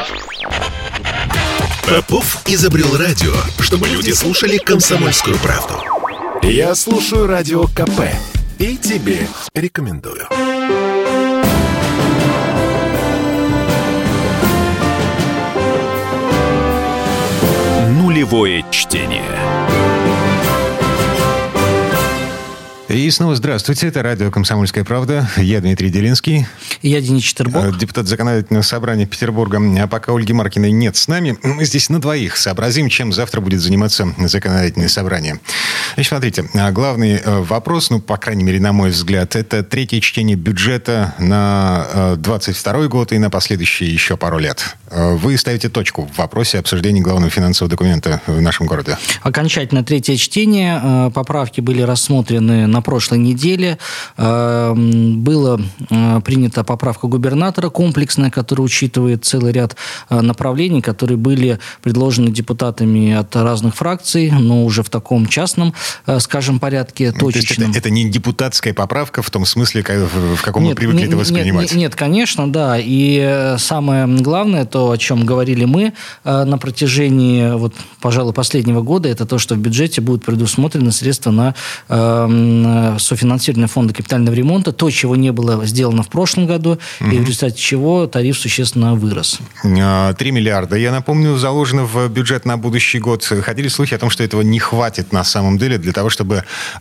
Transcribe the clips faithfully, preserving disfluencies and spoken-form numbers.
Попов изобрел радио, чтобы люди слушали «Комсомольскую правду». Я слушаю Радио КП и тебе рекомендую. Нулевое чтение. И снова здравствуйте. Это радио «Комсомольская правда». Я Дмитрий Делинский. И я Денис Четербок. Депутат Законодательного собрания Петербурга. А пока Ольги Маркиной нет с нами, мы здесь на двоих сообразим, чем завтра будет заниматься Законодательное собрание. Значит, смотрите, главный вопрос, ну, по крайней мере, на мой взгляд, это третье чтение бюджета на двадцать второй год и на последующие еще пару лет. Вы ставите точку в вопросе обсуждения главного финансового документа в нашем городе. Окончательно третье чтение. Поправки были рассмотрены на прошлой неделе. Была принята поправка губернатора комплексная, которая учитывает целый ряд направлений, которые были предложены депутатами от разных фракций, но уже в таком частном, скажем, порядке, точечном. То есть это, это не депутатская поправка в том смысле, в каком нет, мы привыкли нет, это воспринимать? Нет, нет, конечно, да. И самое главное, то, о чем говорили мы на протяжении, вот, пожалуй, последнего года, это то, что в бюджете будут предусмотрены средства на софинансирование фонда капитального ремонта, то, чего не было сделано в прошлом году, угу. и в результате чего тариф существенно вырос. Три миллиарда, я напомню, заложено в бюджет на будущий год. Ходили слухи о том, что этого не хватит на самом деле для того, чтобы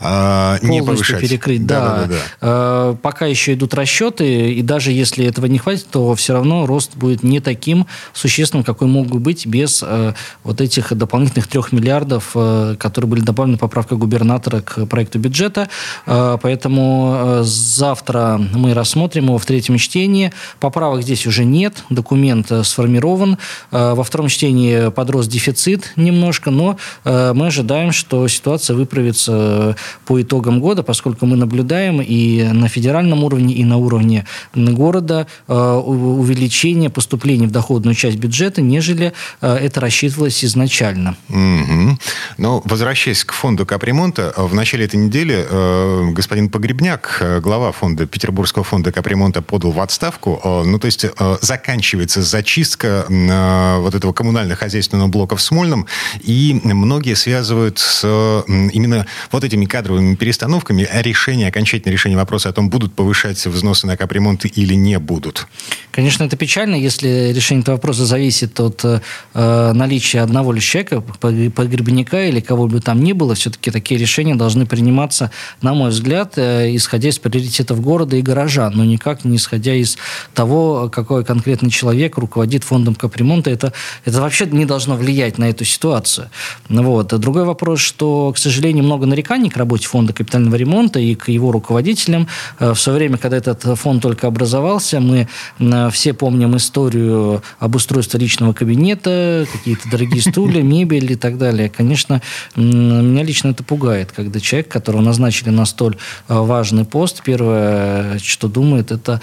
э, не повышать. перекрыть, да. да, да, да, да. Пока еще идут расчеты, и даже если этого не хватит, то все равно рост будет не таким существенным, какой мог бы быть без э, вот этих дополнительных трех миллиардов, э, которые были добавлены поправкой губернатора к проекту бюджета. Э, поэтому э, завтра мы рассмотрим его в третьем чтении. Поправок здесь уже нет, документ э, сформирован. Э, во втором чтении подрос дефицит немножко, но э, мы ожидаем, что ситуация выправится по итогам года, поскольку мы наблюдаем и на федеральном уровне, и на уровне города э, увеличение поступлений в доходную часть бюджета, нежели э, это рассчитывалось изначально. Mm-hmm. Но, возвращаясь к фонду капремонта, в начале этой недели э, господин Погребняк, глава фонда, Петербургского фонда капремонта, подал в отставку. Э, ну, то есть э, заканчивается зачистка э, вот этого коммунально-хозяйственного блока в Смольном, и многие связывают с э, именно вот этими кадровыми перестановками решение, окончательное решение вопроса о том, будут повышать взносы на капремонт или не будут. Конечно, это печально, если решение этого вопроса зависит от э, наличия одного лишь человека, погребника или кого бы там ни было. Все-таки такие решения должны приниматься, на мой взгляд, э, исходя из приоритетов города и горожан, но никак не исходя из того, какой конкретный человек руководит фондом капремонта. Это, это вообще не должно влиять на эту ситуацию. Вот. Другой вопрос, что, к сожалению, много нареканий к работе фонда капитального ремонта и к его руководителям. В свое время, когда этот фонд только образовался, мы все помним историю обустройства личного кабинета, какие-то дорогие стулья, мебель и так далее. Конечно, меня лично это пугает, когда человек, которого назначили на столь важный пост, первое, что думает, это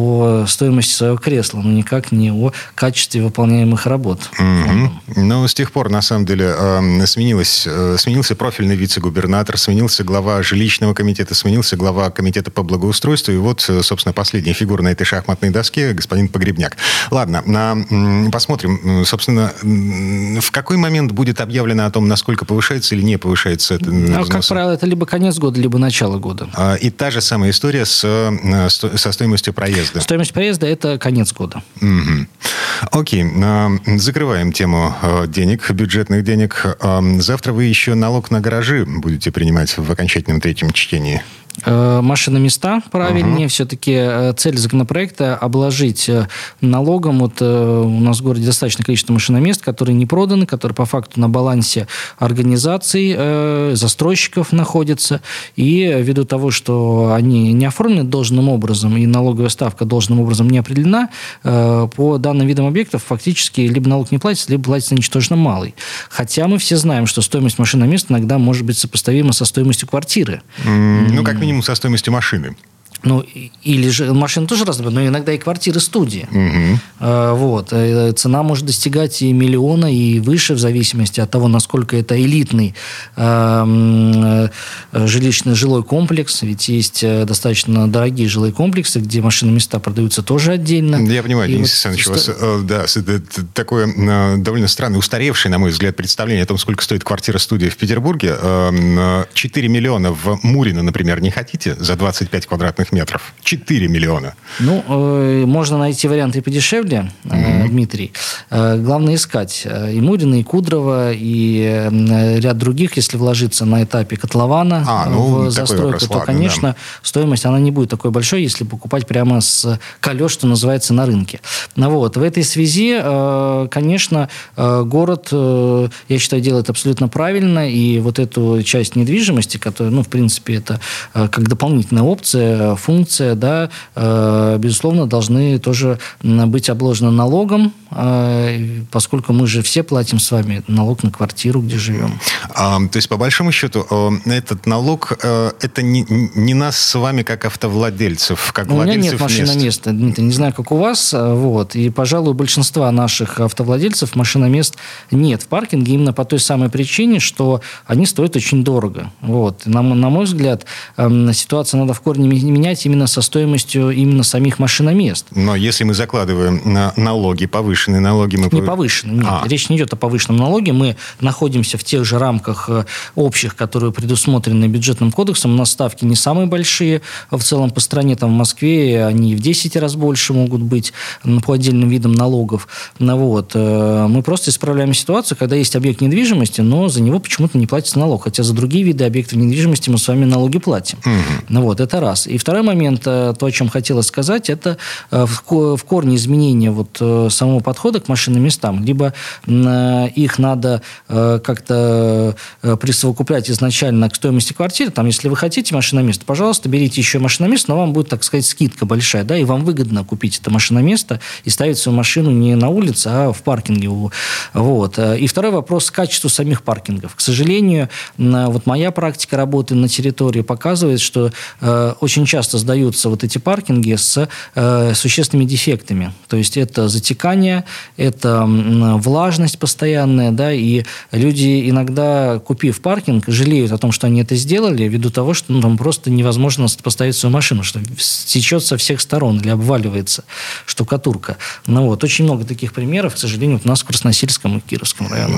о стоимости своего кресла, но никак не о качестве выполняемых работ. Mm-hmm. Но с тех пор, на самом деле, сменилось, сменился профильный вице-губернатор, сменился глава жилищного комитета, сменился глава комитета по благоустройству, и вот, собственно, последняя фигура на этой шахматной доске, господин Погребняк. Ладно, на, посмотрим, собственно, в какой момент будет объявлено о том, насколько повышается или не повышается это взнос? Как правило, это либо конец года, либо начало года. И та же самая история с, со стоимостью проезда. Стоимость проезда – это конец года. Угу. Окей, закрываем тему денег, бюджетных денег. Завтра вы еще налог на гаражи будете принимать в окончательном третьем чтении. Машиноместа, правильнее. Uh-huh. Все-таки цель законопроекта – обложить налогом. Вот у нас в городе достаточное количество машиномест, которые не проданы, которые по факту на балансе организаций, застройщиков находятся. И ввиду того, что они не оформлены должным образом и налоговая ставка должным образом не определена, по данным видам объектов фактически либо налог не платится, либо платится ничтожно малый. Хотя мы все знаем, что стоимость машиномест иногда может быть сопоставима со стоимостью квартиры. Mm, ну, как минимум, со стоимостью машины. Ну, или же машины тоже разные, но иногда и квартиры-студии. Угу. Вот. Цена может достигать и миллиона, и выше, в зависимости от того, насколько это элитный жилищный жилой комплекс. Ведь есть достаточно дорогие жилые комплексы, где машины-места продаются тоже отдельно. Я понимаю, Денис вот Александрович, сто... у вас да, такое довольно странное, устаревшее, на мой взгляд, представление о том, сколько стоит квартира-студия в Петербурге. четыре миллиона в Мурино, например, не хотите за двадцать пять квадратных метров? метров. четыре миллиона. Ну, э, можно найти варианты подешевле, э, mm-hmm. Дмитрий. Э, главное искать и Мурина, и Кудрова, и э, ряд других, если вложиться на этапе котлована а, ну, в застройку, вопрос, то, ладно, конечно, да. стоимость она не будет такой большой, если покупать прямо с колес, что называется, на рынке. Ну, вот. В этой связи, э, конечно, э, город, э, я считаю, делает абсолютно правильно, и вот эту часть недвижимости, которая, ну, в принципе, это э, как дополнительная опция, функция, да, э, безусловно, должны тоже быть обложены налогом, э, поскольку мы же все платим с вами налог на квартиру, где живем. А, то есть, по большому счету, этот налог, э, это не, не нас с вами как автовладельцев, как ну, владельцев мест? У меня нет машиноместа, Дмитрий, не знаю, как у вас, вот, и, пожалуй, большинства наших автовладельцев машиномест нет в паркинге именно по той самой причине, что они стоят очень дорого. Вот. На, на мой взгляд, э, ситуацию надо в корне менять именно со стоимостью именно самих машиномест. Но если мы закладываем на налоги, повышенные налоги... Мы не повышенные, нет. А. Речь не идет о повышенном налоге. Мы находимся в тех же рамках общих, которые предусмотрены бюджетным кодексом. У нас ставки не самые большие в целом по стране. Там в Москве они в десять раз больше могут быть по отдельным видам налогов. Ну, вот. Мы просто исправляем ситуацию, когда есть объект недвижимости, но за него почему-то не платится налог. Хотя за другие виды объектов недвижимости мы с вами налоги платим. Угу. Ну, вот. Это раз. И второй момент, то, о чем хотелось сказать, это в корне изменение вот самого подхода к машиноместам. Либо их надо как-то присовокуплять изначально к стоимости квартиры. Там, если вы хотите машиноместо, пожалуйста, берите еще машиноместо, но вам будет, так сказать, скидка большая, да, и вам выгодно купить это машиноместо и ставить свою машину не на улице, а в паркинге. Вот. И второй вопрос – качество самих паркингов. К сожалению, вот моя практика работы на территории показывает, что очень часто сдают вот эти паркинги с э, существенными дефектами. То есть это затекание, это э, влажность постоянная, да, и люди иногда, купив паркинг, жалеют о том, что они это сделали, ввиду того, что ну, там просто невозможно поставить свою машину, что течет со всех сторон или обваливается штукатурка. Ну, вот. Очень много таких примеров, к сожалению, у нас в Красносельском и Кировском районах.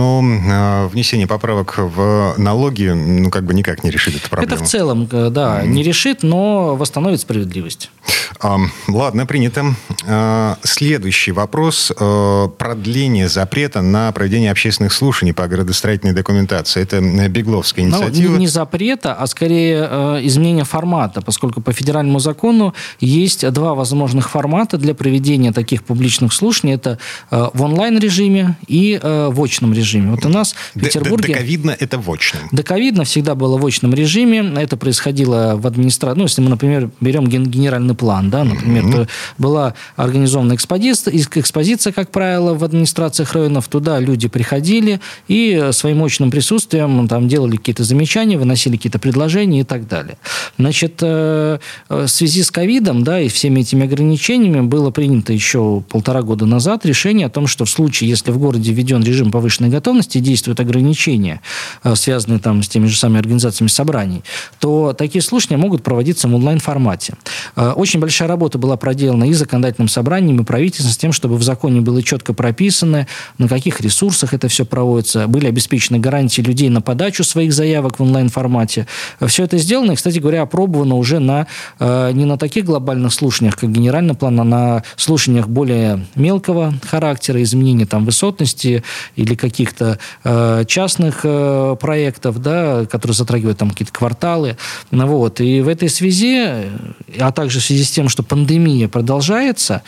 Но внесение поправок в налоги, ну, как бы никак не решит эту проблему. Это в целом, да, не решит, но восстановит справедливость. Ладно, принято. Следующий вопрос. Продление запрета на проведение общественных слушаний по градостроительной документации. Это Бегловская инициатива. Ну, не запрета, а скорее изменение формата, поскольку по федеральному закону есть два возможных формата для проведения таких публичных слушаний. Это в онлайн-режиме и в очном режиме. Вот у нас в Петербурге... Доковидно это в очном. Доковидно всегда было в очном режиме. Это происходило в администрации. Ну, если мы, например, берем генеральный план, да, например, mm-hmm. то была организована экспозиция, экспозиция, как правило, в администрациях районов. Туда люди приходили и своим очным присутствием там делали какие-то замечания, выносили какие-то предложения и так далее. Значит, в связи с ковидом, да, и всеми этими ограничениями было принято еще полтора года назад решение о том, что в случае, если в городе введен режим повышенной готовности, действуют ограничения, связанные там с теми же самыми организациями собраний, то такие слушания могут проводиться в онлайн-формате. Очень большая работа была проделана и законодательным собранием, и правительством с тем, чтобы в законе было четко прописано, на каких ресурсах это все проводится, были обеспечены гарантии людей на подачу своих заявок в онлайн-формате. Все это сделано, и, кстати говоря, опробовано уже на, не на таких глобальных слушаниях, как генеральный план, а на слушаниях более мелкого характера, изменения там высотности или каких-то частных проектов, да, которые затрагивают там какие-то кварталы. Вот. И в этой связи, а также в связи с тем, что пандемия продолжается,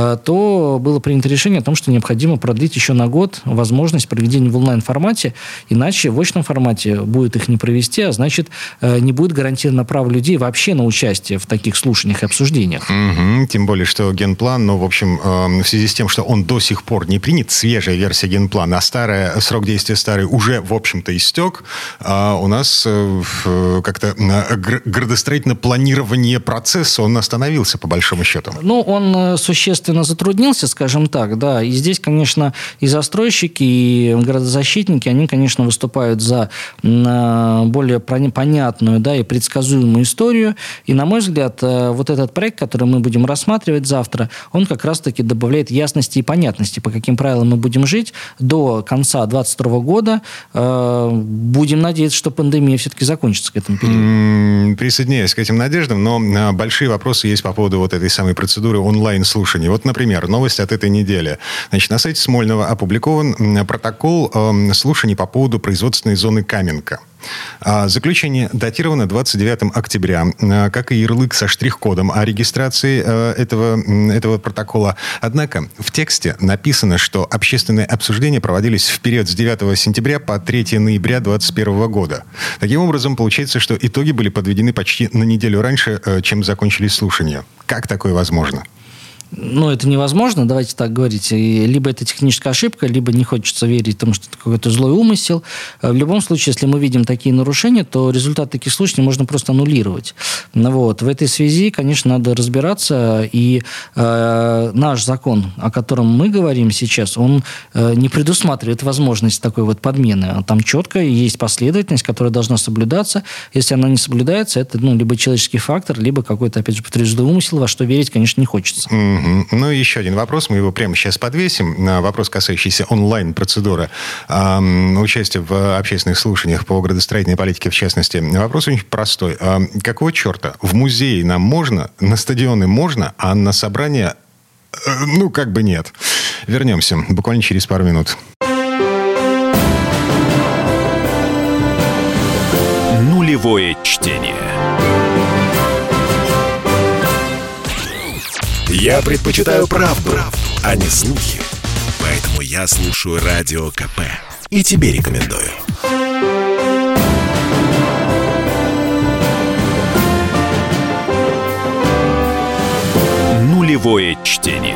то было принято решение о том, что необходимо продлить еще на год возможность проведения в онлайн-формате, иначе в очном формате будет их не провести, а значит, не будет гарантировано право людей вообще на участие в таких слушаниях и обсуждениях. Угу. Тем более, что генплан, ну, в общем, в связи с тем, что он до сих пор не принят, свежая версия генплана, а старая, срок действия старый уже, в общем-то, истек, а у нас как-то градостроительно планирование планирование процесса, он остановился, по большому счету. Ну, он существенно затруднился, скажем так, да. И здесь, конечно, и застройщики, и градозащитники, они, конечно, выступают за более понятную, да, и предсказуемую историю. И, на мой взгляд, вот этот проект, который мы будем рассматривать завтра, он как раз-таки добавляет ясности и понятности, по каким правилам мы будем жить до конца двадцать второго года. Будем надеяться, что пандемия все-таки закончится к этому периоду. Присоединяюсь к этим надеждам, но большие вопросы есть по поводу вот этой самой процедуры онлайн-слушаний. Вот, например, новость от этой недели. Значит, на сайте Смольного опубликован протокол слушаний по поводу производственной зоны Каменка. Заключение датировано двадцать девятого октября, как и ярлык со штрих-кодом о регистрации этого, этого протокола. Однако в тексте написано, что общественные обсуждения проводились в период с девятого сентября по третьего ноября две тысячи двадцать первого года. Таким образом, получается, что итоги были подведены почти на неделю раньше, чем закончились слушания. Как такое возможно? Ну, это невозможно, давайте так говорить. И либо это техническая ошибка, либо не хочется верить тому, что это какой-то злой умысел. В любом случае, если мы видим такие нарушения, то результат таких слушаний можно просто аннулировать. Ну, вот. В этой связи, конечно, надо разбираться. И э, наш закон, о котором мы говорим сейчас, он э, не предусматривает возможность такой вот подмены. Там четко есть последовательность, которая должна соблюдаться. Если она не соблюдается, это ну, либо человеческий фактор, либо какой-то, опять же, повторюсь, злой умысел, во что верить, конечно, не хочется. Ну и еще один вопрос, мы его прямо сейчас подвесим. Вопрос, касающийся онлайн-процедуры э, участия в общественных слушаниях по градостроительной политике, в частности. Вопрос очень простой. Э, какого черта? В музее нам можно, на стадионы можно, а на собрания, э, ну, как бы нет. Вернемся буквально через пару минут. Нулевое чтение. Я предпочитаю правду, а не слухи. Поэтому я слушаю Радио КП. И тебе рекомендую. Нулевое чтение.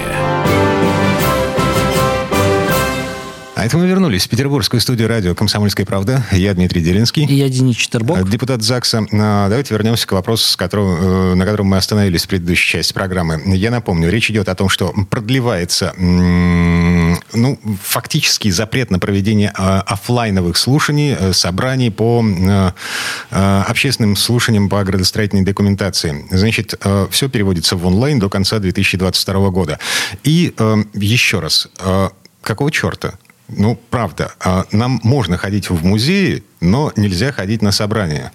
А это мы вернулись в петербургскую студию радио «Комсомольская правда». Я Дмитрий Делинский. И я Денис Четербок. Депутат ЗАГСа. Давайте вернемся к вопросу, с которого, на котором мы остановились в предыдущей части программы. Я напомню, речь идет о том, что продлевается ну, фактически запрет на проведение офлайновых слушаний, собраний по общественным слушаниям по градостроительной документации. Значит, все переводится в онлайн до конца две тысячи двадцать второго года. И еще раз, какого черта? Ну, правда, нам можно ходить в музеи, но нельзя ходить на собрания.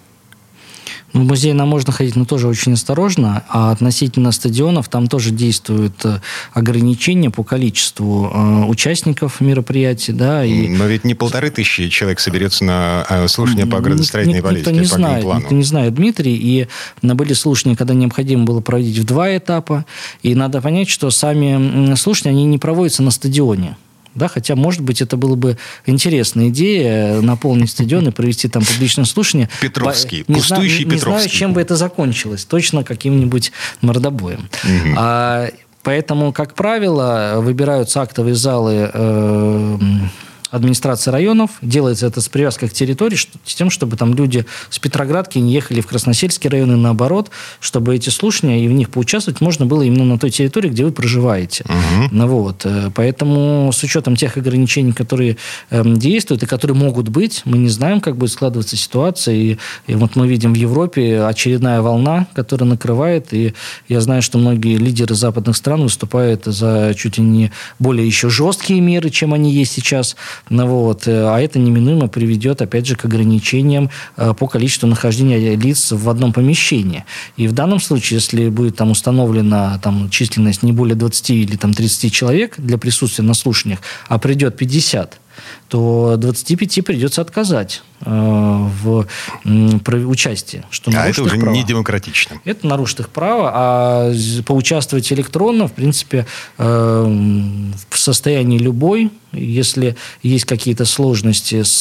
В музей нам можно ходить, но тоже очень осторожно. А относительно стадионов там тоже действуют ограничения по количеству э, участников мероприятий. Да, и... Но ведь не полторы тысячи человек соберется на слушания по градостроительной политике. Никто не знает, никто не знает, Дмитрий. И были слушания, когда необходимо было проводить в два этапа. И надо понять, что сами слушания, они не проводятся на стадионе. Да, хотя, может быть, это была бы интересная идея наполнить стадион и провести там публичное слушание. Петровский, не пустующий знаю, Петровский. Не знаю, чем бы это закончилось. Точно каким-нибудь мордобоем. Угу. А, поэтому, как правило, выбираются актовые залы э, администрации районов. Делается это с привязкой к территории, с тем, чтобы там люди с Петроградки не ехали в Красносельский район и наоборот, чтобы эти слушания и в них поучаствовать можно было именно на той территории, где вы проживаете. Угу. Ну, вот. Поэтому с учетом тех ограничений, которые э, действуют и которые могут быть, мы не знаем, как будет складываться ситуация. И, и вот мы видим в Европе очередная волна, которая накрывает. И я знаю, что многие лидеры западных стран выступают за чуть ли не более еще жесткие меры, чем они есть сейчас. Ну, вот. А это неминуемо приведет, опять же, к ограничениям по количеству нахождения лиц в одном помещении. И в данном случае, если будет там установлена там, численность не более двадцати или там, тридцати человек для присутствия на слушаниях, а придет пятьдесят, то двадцати пяти придется отказать э, в э, участии. Что а это уже права. Не демократично. Это нарушит их право, а поучаствовать электронно, в принципе, э, в состоянии любой, если есть какие-то сложности с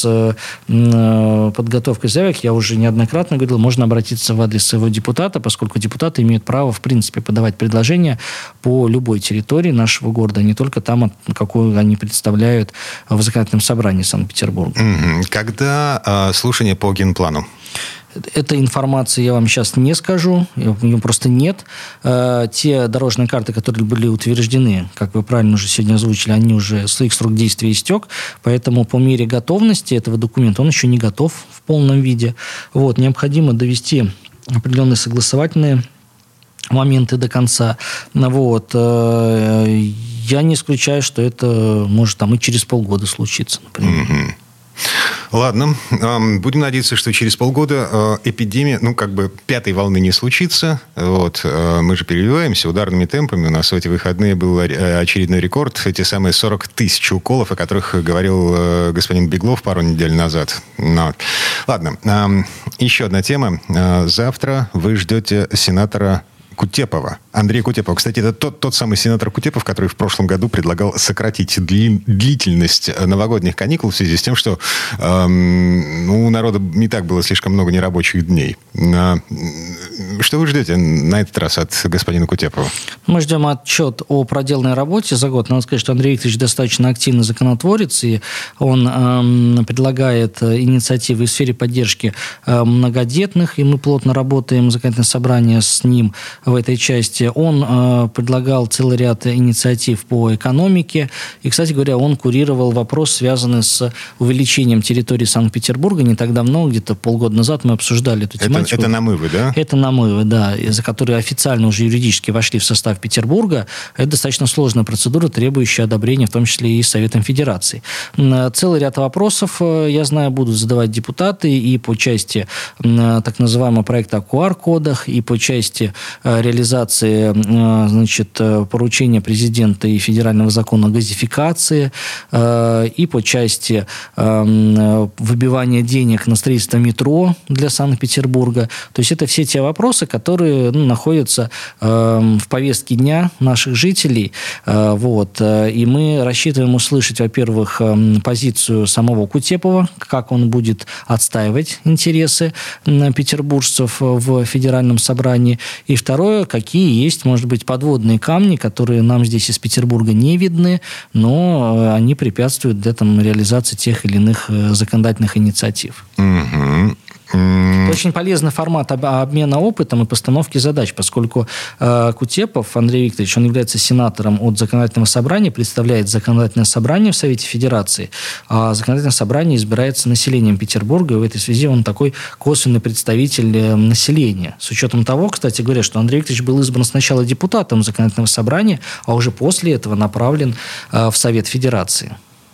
э, подготовкой заявок, я уже неоднократно говорил, можно обратиться в адрес своего депутата, поскольку депутаты имеют право, в принципе, подавать предложения по любой территории нашего города, не только там, какую они представляют в законодательном собрании Санкт-Петербурга. Когда э, слушание по генплану? Этой информации я вам сейчас не скажу, ее просто нет. Те дорожные карты, которые были утверждены, как вы правильно уже сегодня озвучили, они уже, их срок действия истек, поэтому по мере готовности этого документа он еще не готов в полном виде. Вот, необходимо довести определенные согласовательные моменты до конца. Вот. Я не исключаю, что это может там и через полгода случиться, например. Mm-hmm. Ладно, будем надеяться, что через полгода эпидемия, ну, как бы пятой волны не случится. Вот. Мы же переливаемся ударными темпами. У нас в эти выходные был очередной рекорд. Эти самые сорок тысяч уколов, о которых говорил господин Беглов пару недель назад. Но... Ладно, еще одна тема. Завтра вы ждете сенатора Кутепова. Андрей Кутепов. Кстати, это тот, тот самый сенатор Кутепов, который в прошлом году предлагал сократить дли, длительность новогодних каникул в связи с тем, что эм, у народа не так было слишком много нерабочих дней. А, что вы ждете на этот раз от господина Кутепова? Мы ждем отчет о проделанной работе за год. Надо сказать, что Андрей Викторович достаточно активный законотворец, и он эм, предлагает инициативы в сфере поддержки э, многодетных, и мы плотно работаем, законодательное собрание с ним в этой части. Он э, предлагал целый ряд инициатив по экономике. И, кстати говоря, он курировал вопрос, связанный с увеличением территории Санкт-Петербурга. Не так давно, где-то полгода назад мы обсуждали эту тематику. Это, это намывы, да? Это намывы, да, за которые официально уже юридически вошли в состав Петербурга. Это достаточно сложная процедура, требующая одобрения, в том числе и Советом Федерации. Целый ряд вопросов, я знаю, будут задавать депутаты и по части так называемого проекта о ку ар-кодах, и по части реализации, значит, поручения президента и федерального закона о газификации, и по части выбивания денег на строительство метро для Санкт-Петербурга. То есть это все те вопросы, которые, ну, находятся в повестке дня наших жителей. Вот. И мы рассчитываем услышать, во-первых, позицию самого Кутепова, как он будет отстаивать интересы петербуржцев в федеральном собрании. И второе, какие есть, может быть, подводные камни, которые нам здесь из Петербурга не видны, но они препятствуют для там, реализации тех или иных законодательных инициатив. Mm-hmm. Это очень полезный формат обмена опытом и постановки задач, поскольку э, Кутепов Андрей Викторович, он является сенатором от законодательного собрания, представляет законодательное собрание в Совете Федерации, а законодательное собрание избирается населением Петербурга, и в этой связи он такой косвенный представитель населения. С учетом того, кстати говоря, что Андрей Викторович был избран сначала депутатом законодательного собрания, а уже после этого направлен э, в Совет Федерации.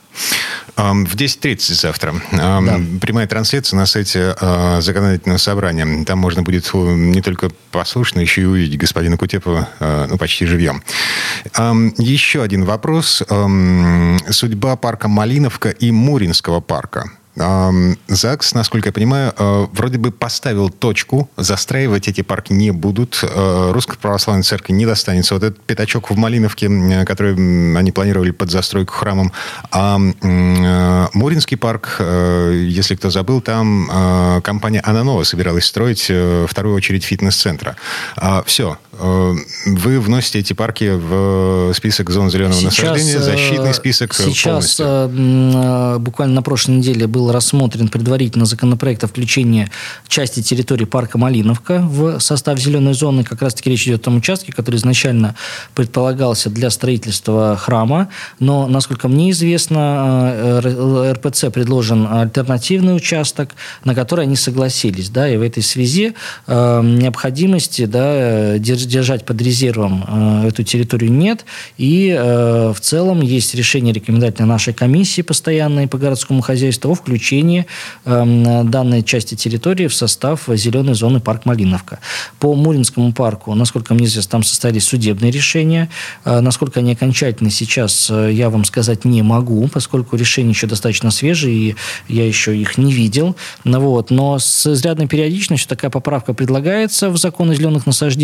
В десять тридцать завтра Да. прямая трансляция на сайте э, законодательного собрания. Там можно будет не только послушать, но еще и увидеть господина Кутепова э, ну, почти живьем. Э, еще один вопрос. Э, судьба парка Малиновка и Муринского парка. ЗАГС, насколько я понимаю, вроде бы поставил точку, застраивать эти парки не будут. Русской православной церкви не достанется вот этот пятачок в Малиновке, который они планировали под застройку храмом. А Муринский парк, если кто забыл, там компания «Ананова» собиралась строить вторую очередь фитнес-центра. Все. Вы вносите эти парки в список зон зеленого сейчас, насаждения, защитный список сейчас, полностью. Сейчас, буквально на прошлой неделе был рассмотрен предварительно законопроект о включении части территории парка Малиновка в состав зеленой зоны. Как раз-таки речь идет о том участке, который изначально предполагался для строительства храма. Но, насколько мне известно, эр пэ цэ предложен альтернативный участок, на который они согласились. Да, и в этой связи э, необходимости да, держать под резервом э, эту территорию нет. И э, в целом есть решение рекомендательной нашей комиссии постоянной по городскому хозяйству о включении э, данной части территории в состав зеленой зоны парк Малиновка. По Муринскому парку, насколько мне известно, там состоялись судебные решения. Э, насколько они окончательны сейчас, э, я вам сказать не могу, поскольку решения еще достаточно свежие, и я еще их не видел. Ну, вот. Но с изрядной периодичностью такая поправка предлагается в закон о зеленых насаждениях,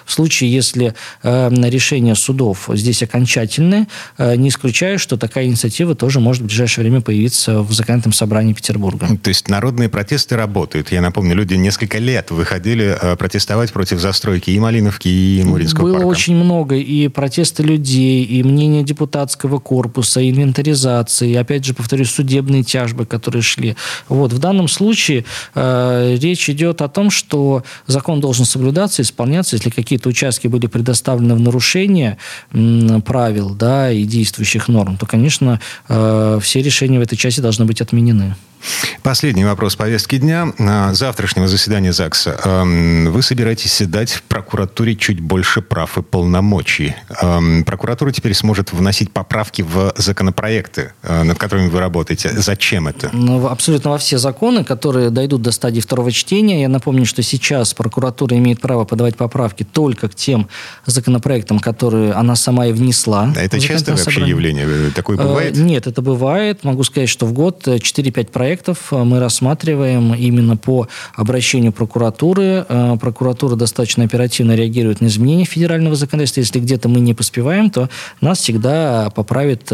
В случае, если решения судов здесь окончательные, не исключаю, что такая инициатива тоже может в ближайшее время появиться в законодательном собрании Петербурга. То есть народные протесты работают. Я напомню, люди несколько лет выходили протестовать против застройки и Малиновки, и Муринского Было парка. очень много и протесты людей, и мнения депутатского корпуса, и инвентаризации, и, опять же, повторюсь, судебные тяжбы, которые шли. Вот. В данном случае э, речь идет о том, что закон должен соблюдаться, исполняться. Если какие-то участки были предоставлены в нарушение м, правил, да, и действующих норм, то, конечно, э, все решения в этой части должны быть отменены. Последний вопрос повестки дня. Завтрашнего заседания ЗАГСа. Вы собираетесь дать прокуратуре чуть больше прав и полномочий. Прокуратура теперь сможет вносить поправки в законопроекты, над которыми вы работаете. Зачем это? Ну, абсолютно во все законы, которые дойдут до стадии второго чтения. Я напомню, что сейчас прокуратура имеет право подавать поправки только к тем законопроектам, которые она сама и внесла. А это частое вообще явление? Такое бывает? Нет, это бывает. Могу сказать, что в год четыре-пять проектов мы рассматриваем именно по обращению прокуратуры. Прокуратура достаточно оперативно реагирует на изменения федерального законодательства. Если где-то мы не поспеваем, то нас всегда поправит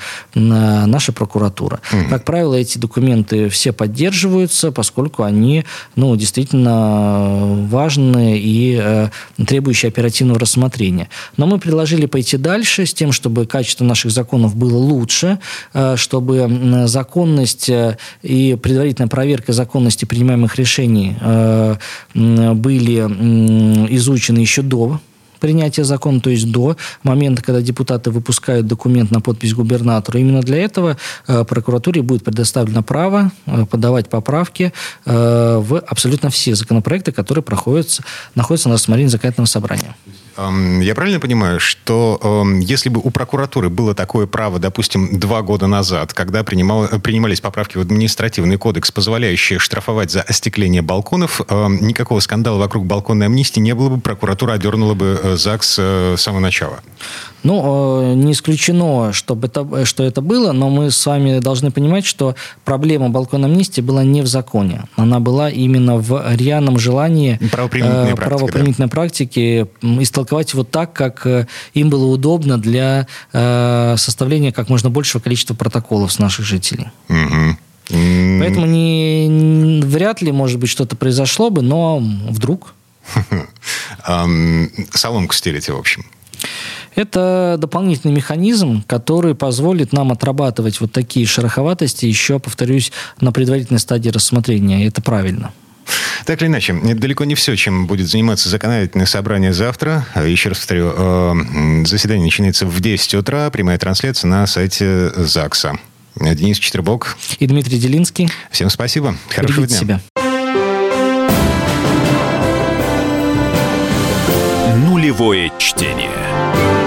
наша прокуратура. Mm-hmm. Как правило, эти документы все поддерживаются, поскольку они, ну, действительно важны и требующие оперативного рассмотрения. Но мы предложили пойти дальше с тем, чтобы качество наших законов было лучше, чтобы законность и предварительная проверка законности принимаемых решений э, были э, изучены еще до принятия закона, то есть до момента, когда депутаты выпускают документ на подпись губернатора. Именно для этого э, прокуратуре будет предоставлено право э, подавать поправки э, в абсолютно все законопроекты, которые проходят, находятся на рассмотрении законодательного собрания. Я правильно понимаю, что э, если бы у прокуратуры было такое право, допустим, два года назад, когда принимал, принимались поправки в административный кодекс, позволяющие штрафовать за остекление балконов, э, никакого скандала вокруг балконной амнистии не было бы, прокуратура одернула бы ЗАГС э, с самого начала? Ну, не исключено, чтобы это, что это было, но мы с вами должны понимать, что проблема балконной амнистии была не в законе. Она была именно в рьяном желании правоприменительной, э, практики, правоприменительной да. практики истолковать его так, как им было удобно для э, составления как можно большего количества протоколов с наших жителей. Угу. Поэтому не, вряд ли, может быть, что-то произошло бы, но вдруг. Соломку стелите, в общем. Это дополнительный механизм, который позволит нам отрабатывать вот такие шероховатости еще, повторюсь, на предварительной стадии рассмотрения. И это правильно. Так или иначе, это далеко не все, чем будет заниматься законодательное собрание завтра. Еще раз повторю, заседание начинается в десять утра, прямая трансляция на сайте ЗАГСа. Денис Четербок и Дмитрий Делинский. Всем спасибо. Хорошего Берегите дня. себя. Нулевое чтение.